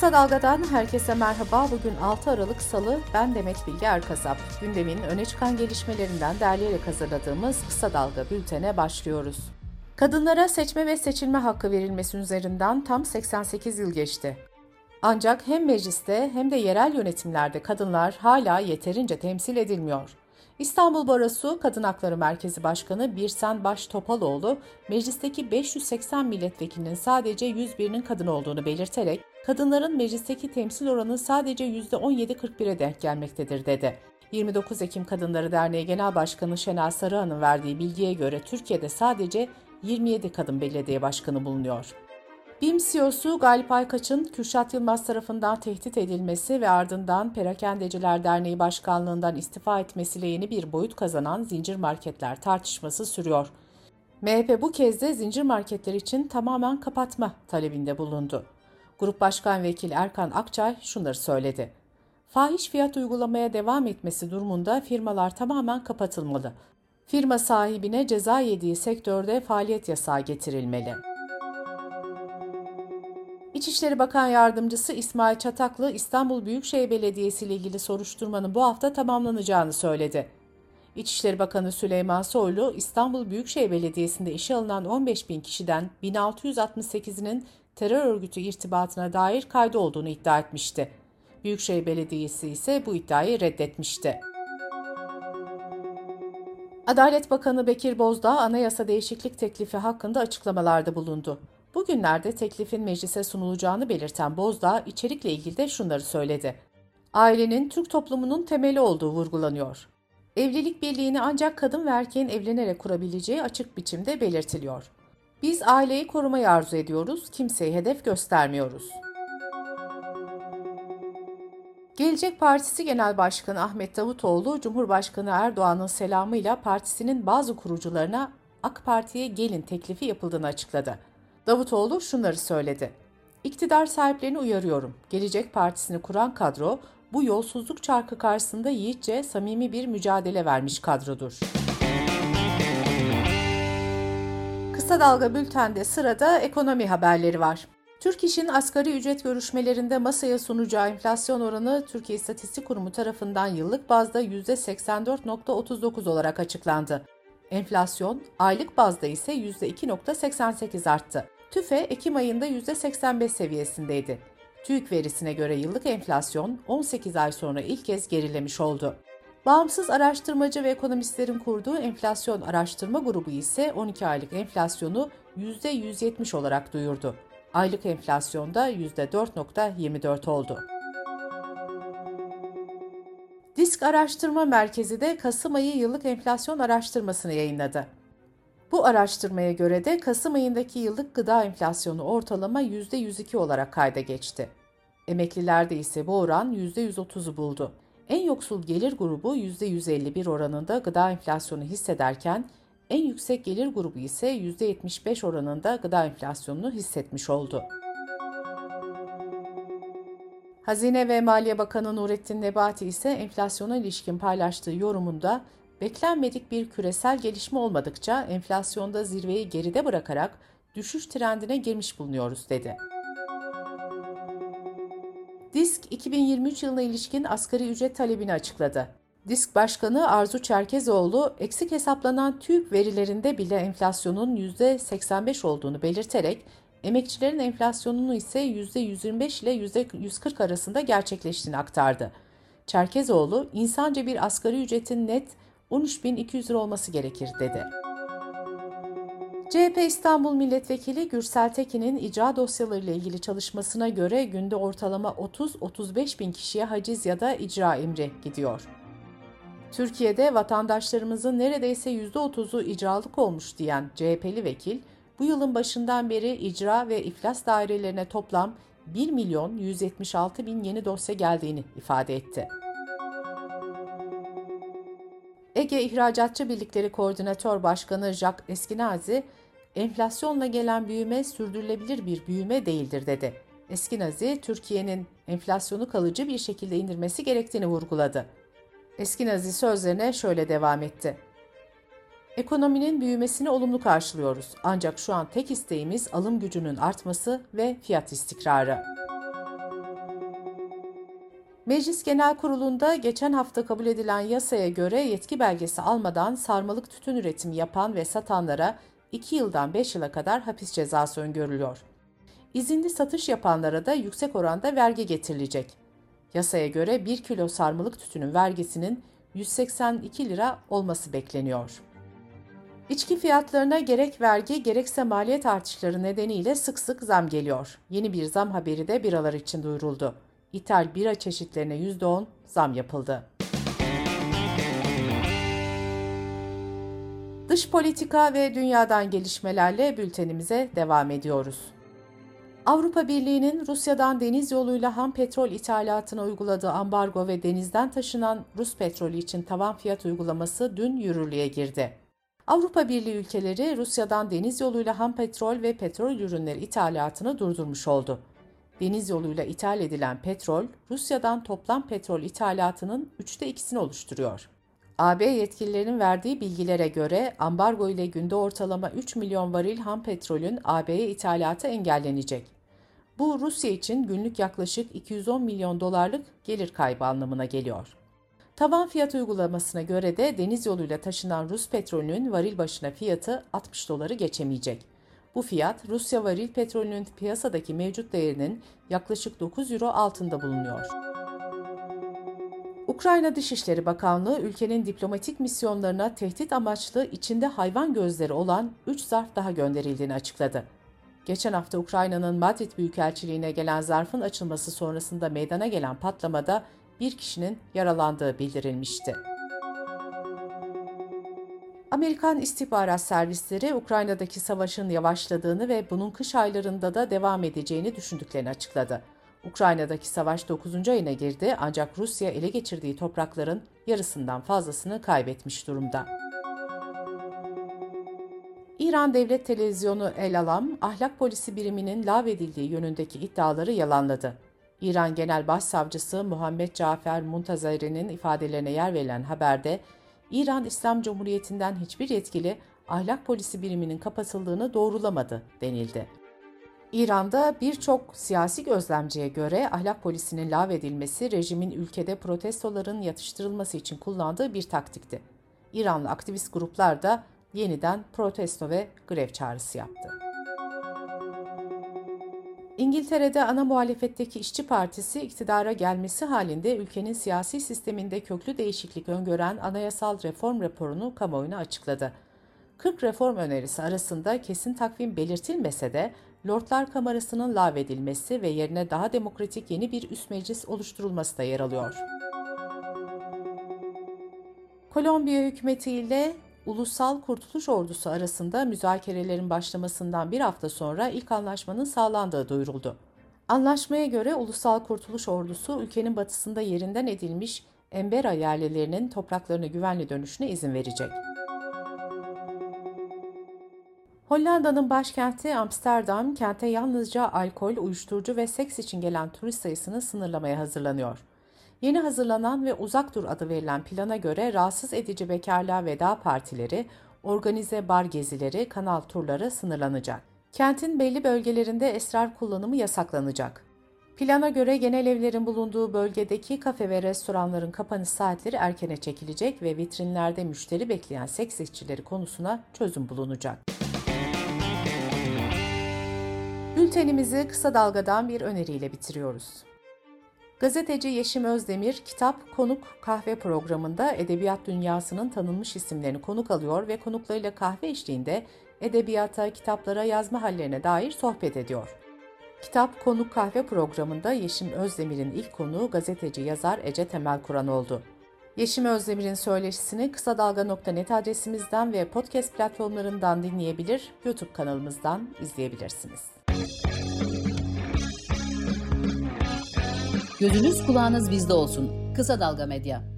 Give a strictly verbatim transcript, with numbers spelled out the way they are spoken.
Kısa Dalga'dan herkese merhaba. Bugün altı Aralık Salı, ben Demet Bilge Erkasap. Gündemin öne çıkan gelişmelerinden derleyerek hazırladığımız Kısa Dalga bültene başlıyoruz. Kadınlara seçme ve seçilme hakkı verilmesi üzerinden tam seksen sekiz yıl geçti. Ancak hem mecliste hem de yerel yönetimlerde kadınlar hala yeterince temsil edilmiyor. İstanbul Barosu Kadın Hakları Merkezi Başkanı Birsen Baş-Topaloğlu, meclisteki beş yüz seksen milletvekilinin sadece yüz birinin kadın olduğunu belirterek, kadınların meclisteki temsil oranı sadece yüzde on yedi virgül kırk bire denk gelmektedir dedi. yirmi dokuz Ekim Kadınları Derneği Genel Başkanı Şenal Sarıhan'ın verdiği bilgiye göre Türkiye'de sadece yirmi yedi kadın belediye başkanı bulunuyor. BİM C E O'su Galip Aykaç'ın Kürşat Yılmaz tarafından tehdit edilmesi ve ardından Perakendeciler Derneği Başkanlığından istifa etmesiyle yeni bir boyut kazanan zincir marketler tartışması sürüyor. M H P bu kez de zincir marketler için tamamen kapatma talebinde bulundu. Grup Başkan Vekili Erkan Akçay şunları söyledi. Fahiş fiyat uygulamaya devam etmesi durumunda firmalar tamamen kapatılmalı. Firma sahibine ceza yediği sektörde faaliyet yasağı getirilmeli. İçişleri Bakan Yardımcısı İsmail Çataklı, İstanbul Büyükşehir Belediyesi ile ilgili soruşturmanın bu hafta tamamlanacağını söyledi. İçişleri Bakanı Süleyman Soylu, İstanbul Büyükşehir Belediyesi'nde işe alınan on beş bin kişiden bin altı yüz altmış sekizinin terör örgütü irtibatına dair kaydı olduğunu iddia etmişti. Büyükşehir Belediyesi ise bu iddiayı reddetmişti. Adalet Bakanı Bekir Bozdağ, anayasa değişiklik teklifi hakkında açıklamalarda bulundu. Bugünlerde teklifin meclise sunulacağını belirten Bozdağ, içerikle ilgili de şunları söyledi. Ailenin Türk toplumunun temeli olduğu vurgulanıyor. Evlilik birliğini ancak kadın ve erkeğin evlenerek kurabileceği açık biçimde belirtiliyor. Biz aileyi korumayı arzu ediyoruz, kimseye hedef göstermiyoruz. Gelecek Partisi Genel Başkanı Ahmet Davutoğlu, Cumhurbaşkanı Erdoğan'ın selamıyla partisinin bazı kurucularına AK Parti'ye gelin teklifi yapıldığını açıkladı. Davutoğlu şunları söyledi. İktidar sahiplerini uyarıyorum. Gelecek Partisi'ni kuran kadro, bu yolsuzluk çarkı karşısında yiğitçe samimi bir mücadele vermiş kadrodur. Kısa Dalga bültende sırada ekonomi haberleri var. Türk İş'in asgari ücret görüşmelerinde masaya sunacağı enflasyon oranı Türkiye İstatistik Kurumu tarafından yıllık bazda yüzde seksen dört virgül otuz dokuz olarak açıklandı. Enflasyon aylık bazda ise yüzde iki virgül seksen sekiz arttı. TÜFE Ekim ayında yüzde seksen beş seviyesindeydi. TÜİK verisine göre yıllık enflasyon on sekiz ay sonra ilk kez gerilemiş oldu. Bağımsız araştırmacı ve ekonomistlerin kurduğu enflasyon araştırma grubu ise on iki aylık enflasyonu yüzde yüz yetmiş olarak duyurdu. Aylık enflasyonda yüzde dört virgül yirmi dört oldu. Disk Araştırma Merkezi de Kasım ayı yıllık enflasyon araştırmasını yayınladı. Bu araştırmaya göre de Kasım ayındaki yıllık gıda enflasyonu ortalama yüzde yüz iki olarak kayda geçti. Emeklilerde ise bu oran yüzde yüz otuzu buldu. En yoksul gelir grubu yüzde yüz elli bir oranında gıda enflasyonu hissederken, en yüksek gelir grubu ise yüzde yetmiş beş oranında gıda enflasyonunu hissetmiş oldu. Hazine ve Maliye Bakanı Nurettin Nebati ise enflasyona ilişkin paylaştığı yorumunda, beklenmedik bir küresel gelişme olmadıkça enflasyonda zirveyi geride bırakarak düşüş trendine girmiş bulunuyoruz dedi. Disk iki bin yirmi üç yılına ilişkin asgari ücret talebini açıkladı. Disk Başkanı Arzu Çerkezoğlu, eksik hesaplanan TÜİK verilerinde bile enflasyonun yüzde seksen beş olduğunu belirterek, emekçilerin enflasyonunu ise yüzde yüz yirmi beş ile yüzde yüz kırk arasında gerçekleştiğini aktardı. Çerkezoğlu, insanca bir asgari ücretin net on üç bin iki yüz lira olması gerekir dedi. C H P İstanbul Milletvekili Gürsel Tekin'in icra dosyalarıyla ilgili çalışmasına göre günde ortalama otuz otuz beş bin kişiye haciz ya da icra emri gidiyor. Türkiye'de vatandaşlarımızın neredeyse yüzde otuzu icralık olmuş diyen C H P'li vekil, bu yılın başından beri icra ve iflas dairelerine toplam bir milyon yüz yetmiş altı bin yeni dosya geldiğini ifade etti. Ege İhracatçı Birlikleri Koordinatör Başkanı Jack Eskinazi, enflasyonla gelen büyüme sürdürülebilir bir büyüme değildir dedi. Eskinazi, Türkiye'nin enflasyonu kalıcı bir şekilde indirmesi gerektiğini vurguladı. Eskinazi sözlerine şöyle devam etti. Ekonominin büyümesini olumlu karşılıyoruz. Ancak şu an tek isteğimiz alım gücünün artması ve fiyat istikrarı. Meclis Genel Kurulu'nda geçen hafta kabul edilen yasaya göre yetki belgesi almadan sarmalık tütün üretimi yapan ve satanlara iki yıldan beş yıla kadar hapis cezası öngörülüyor. İzinli satış yapanlara da yüksek oranda vergi getirilecek. Yasaya göre bir kilo sarmalık tütünün vergisinin yüz seksen iki lira olması bekleniyor. İçki fiyatlarına gerek vergi gerekse maliyet artışları nedeniyle sık sık zam geliyor. Yeni bir zam haberi de biralar için duyuruldu. İthal bira çeşitlerine yüzde on zam yapıldı. Dış politika ve dünyadan gelişmelerle bültenimize devam ediyoruz. Avrupa Birliği'nin Rusya'dan deniz yoluyla ham petrol ithalatına uyguladığı ambargo ve denizden taşınan Rus petrolü için tavan fiyat uygulaması dün yürürlüğe girdi. Avrupa Birliği ülkeleri Rusya'dan deniz yoluyla ham petrol ve petrol ürünleri ithalatını durdurmuş oldu. Deniz yoluyla ithal edilen petrol, Rusya'dan toplam petrol ithalatının üçte ikisini oluşturuyor. A B yetkililerinin verdiği bilgilere göre ambargo ile günde ortalama üç milyon varil ham petrolün A B'ye ithalatı engellenecek. Bu Rusya için günlük yaklaşık iki yüz on milyon dolarlık gelir kaybı anlamına geliyor. Tavan fiyat uygulamasına göre de deniz yoluyla taşınan Rus petrolünün varil başına fiyatı altmış doları geçemeyecek. Bu fiyat Rusya varil petrolünün piyasadaki mevcut değerinin yaklaşık dokuz euro altında bulunuyor. Ukrayna Dışişleri Bakanlığı ülkenin diplomatik misyonlarına tehdit amaçlı içinde hayvan gözleri olan üç zarf daha gönderildiğini açıkladı. Geçen hafta Ukrayna'nın Madrid Büyükelçiliğine gelen zarfın açılması sonrasında meydana gelen patlamada bir kişinin yaralandığı bildirilmişti. Amerikan istihbarat servisleri Ukrayna'daki savaşın yavaşladığını ve bunun kış aylarında da devam edeceğini düşündüklerini açıkladı. Ukrayna'daki savaş dokuzuncu ayına girdi ancak Rusya ele geçirdiği toprakların yarısından fazlasını kaybetmiş durumda. İran Devlet Televizyonu El Alam, ahlak polisi biriminin lağvedildiği yönündeki iddiaları yalanladı. İran Genel Başsavcısı Muhammed Cafer Muntazeri'nin ifadelerine yer verilen haberde, İran İslam Cumhuriyeti'nden hiçbir yetkili ahlak polisi biriminin kapatıldığını doğrulamadı denildi. İran'da birçok siyasi gözlemciye göre ahlak polisinin lağvedilmesi rejimin ülkede protestoların yatıştırılması için kullandığı bir taktikti. İranlı aktivist gruplar da yeniden protesto ve grev çağrısı yaptı. İngiltere'de ana muhalefetteki İşçi Partisi iktidara gelmesi halinde ülkenin siyasi sisteminde köklü değişiklik öngören anayasal reform raporunu kamuoyuna açıkladı. kırk reform önerisi arasında kesin takvim belirtilmese de Lordlar Kamerası'nın lağvedilmesi ve yerine daha demokratik yeni bir üst meclis oluşturulması da yer alıyor. Kolombiya hükümeti ile Ulusal Kurtuluş Ordusu arasında müzakerelerin başlamasından bir hafta sonra ilk anlaşmanın sağlandığı duyuruldu. Anlaşmaya göre Ulusal Kurtuluş Ordusu ülkenin batısında yerinden edilmiş Embera yerlilerinin topraklarına güvenli dönüşüne izin verecek. Hollanda'nın başkenti Amsterdam, kente yalnızca alkol, uyuşturucu ve seks için gelen turist sayısını sınırlamaya hazırlanıyor. Yeni hazırlanan ve Uzak Dur adı verilen plana göre rahatsız edici bekarlığa veda partileri, organize bar gezileri, kanal turları sınırlanacak. Kentin belli bölgelerinde esrar kullanımı yasaklanacak. Plana göre genel evlerin bulunduğu bölgedeki kafe ve restoranların kapanış saatleri erkene çekilecek ve vitrinlerde müşteri bekleyen seks işçileri konusuna çözüm bulunacak. Bültenimizi kısa dalgadan bir öneriyle bitiriyoruz. Gazeteci Yeşim Özdemir, Kitap, Konuk, Kahve programında edebiyat dünyasının tanınmış isimlerini konuk alıyor ve konuklarıyla kahve eşliğinde edebiyata, kitaplara, yazma hallerine dair sohbet ediyor. Kitap, Konuk, Kahve programında Yeşim Özdemir'in ilk konuğu gazeteci yazar Ece Temelkuran oldu. Yeşim Özdemir'in söyleşisini kısa dalga nokta net adresimizden ve podcast platformlarından dinleyebilir, YouTube kanalımızdan izleyebilirsiniz. Gözünüz kulağınız bizde olsun. Kısa Dalga Medya.